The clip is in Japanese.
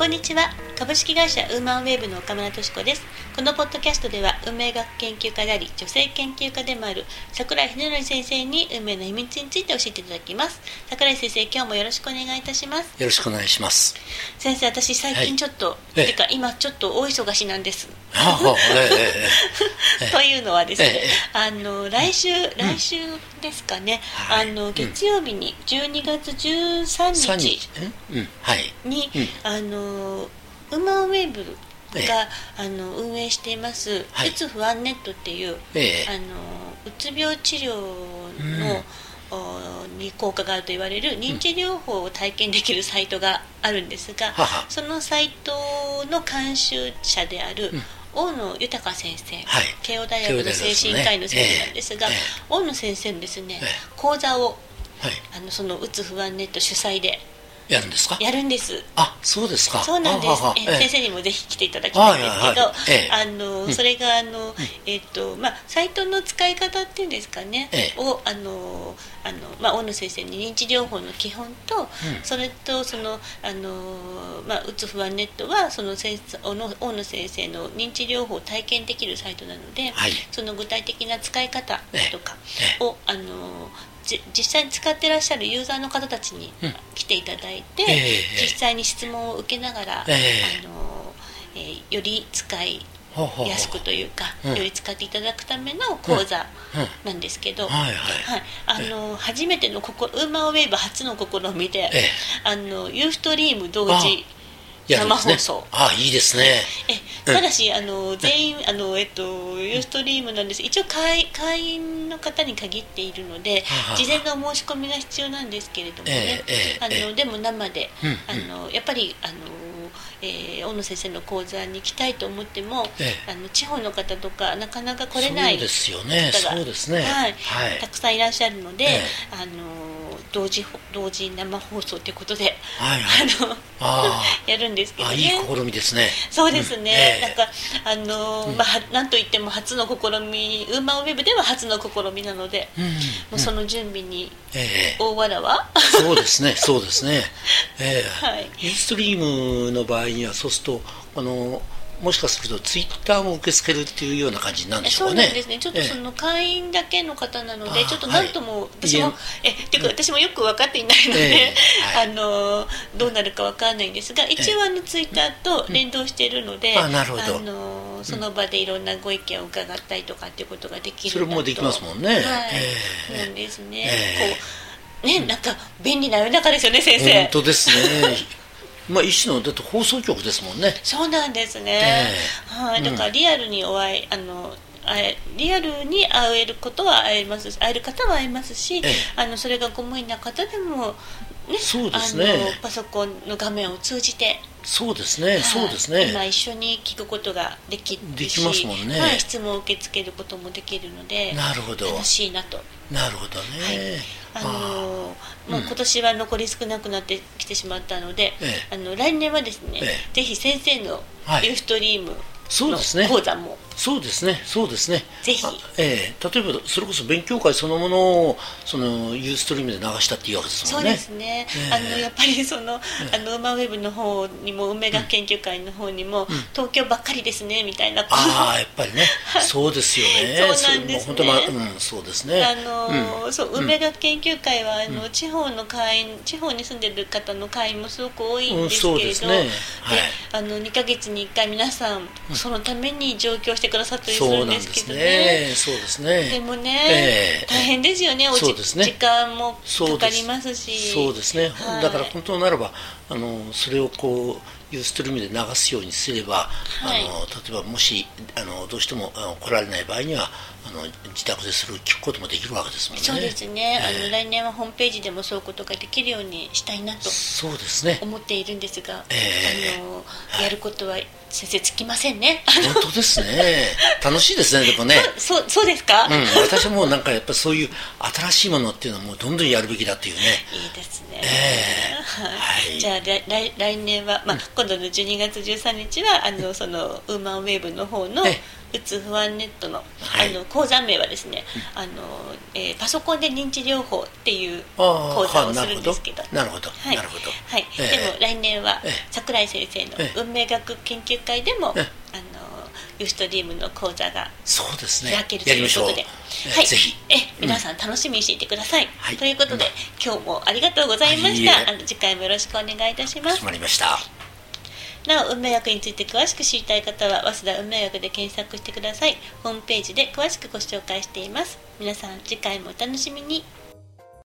こんにちは。株式会社ウーマンウェーブの岡村敏子です。このポッドキャストでは運命学研究家であり女性研究家でもある櫻井秀則先生に運命の秘密について教えていただきます。櫻井先生、今日もよろしくお願いいたします。 よろしくお願いします。 先生、私最近ちょっと、てか今ちょっと大忙しなんです。というのはですね、来週ですかね、月曜日に12月13日にウーマンウェーブが運営していますうつ不安ネットっていう、うつ病治療の、に効果があると言われる認知療法を体験できるサイトがあるんですが、そのサイトの監修者である、大野豊先生、慶応大学の精神科医の先生なんですが、大野先生のですね、講座を、そのうつ不安ネット主催でやるんですか？ やるんです。 あ、そうですか。 そうなんです。先生にもぜひ来ていただきたいんですけど、それがサイトの使い方っていうんですかね、を大野先生に認知療法の基本と、それとそのうつ不安ネットはその大野先生の認知療法を体験できるサイトなので、その具体的な使い方とかを実際に使ってらっしゃるユーザーの方たちに来ていただいて、実際に質問を受けながら、より使いやすくというか、より使っていただくための講座なんですけど、初めてのウーマンウェーブ初の試みで、ユーストリーム同時生放送。 いいですね。 ただし全員ユーストリームなんです。一応会員の方に限っているので、事前の申し込みが必要なんですけれどもね、でも生で、やっぱり大野先生の講座に行きたいと思っても、地方の方とかなかなか来れない方がたくさんいらっしゃるので、同時生放送ということでやるんですけどね。 いい試みですね。 そうですね。なんといっても初の試み、ウーマンウェーブでは初の試みなので、もうその準備に大わらわ。 そうですね、そうですね。ユーストリームの場合にはそうするともしかするとツイッターも受け付けるっていうような感じなんでしょうかね。 そうなんですね。ちょっとその会員だけの方なので、ちょっと何とも私もよく分かっていないので、どうなるか分からないんですが、一応ツイッターと連動しているので、その場でいろんなご意見を伺ったりとかっていうことができる。 それもできますもんね。 なんですね。なんか便利な世の中ですよね、先生。 本当ですね。一種のだって放送局ですもんね。 そうなんですね。だからリアルに会えることは会えますし、会える方は会えますし、それがご無理な方でもね、パソコンの画面を通じて、 そうですね、そうですね。 今一緒に聞くことができるし、 ますもんね。 質問を受け付けることもできるので、 なるほど、 楽しいなと。 なるほどね。 もう今年は残り少なくなってきてしまったので、来年はですね、ぜひ先生のユーストリームの講座も、 そうですね、そうですね。 ぜひ、 例えばそれこそ勉強会そのものをそのユーストリームで流したっていうわけですもんね。 そうですね。やっぱりウーマンウェブの方にも運命学研究会の方にも、東京ばっかりですねみたいな。 やっぱりね、そうですよね。 そうなんですね。 そうですね。 運命学研究会は地方に住んでる方の会員もすごく多いんですけれど、2ヶ月に1回皆さんそのために上京してくださったりするんですけどね。 そうですね。 でもね、大変ですよね。時間もかかりますし。 そうですね。だから本当ならばそれをユーストリームで流すようにすれば、例えばもしどうしても来られない場合には自宅で聞くこともできるわけですもんね。 そうですね。来年はホームページでもそういうことができるようにしたいなと思っているんですが、やることは先生つきませんね。 本当ですね。楽しいですね。でもね。 そうですか。 私はもうやっぱりそういう新しいものっていうのはもうどんどんやるべきだっていうね。 いいですね。じゃあ来年は今度の12月13日はそのウーマンウェーブの方のうつ不安ネットの、講座名はですね、パソコンで認知療法っていう講座をするんですけど、 なるほど、 はい、でも来年は櫻井先生の運命学研究会でも、ユーストリームの講座が開けるということで、 ぜひ皆さん楽しみにしていてください。ということで、今日もありがとうございました。次回もよろしくお願いいたします。 決まりました。 なお、運命学について詳しく知りたい方は早稲田運命学で検索してください。ホームページで詳しくご紹介しています。皆さん次回もお楽しみに。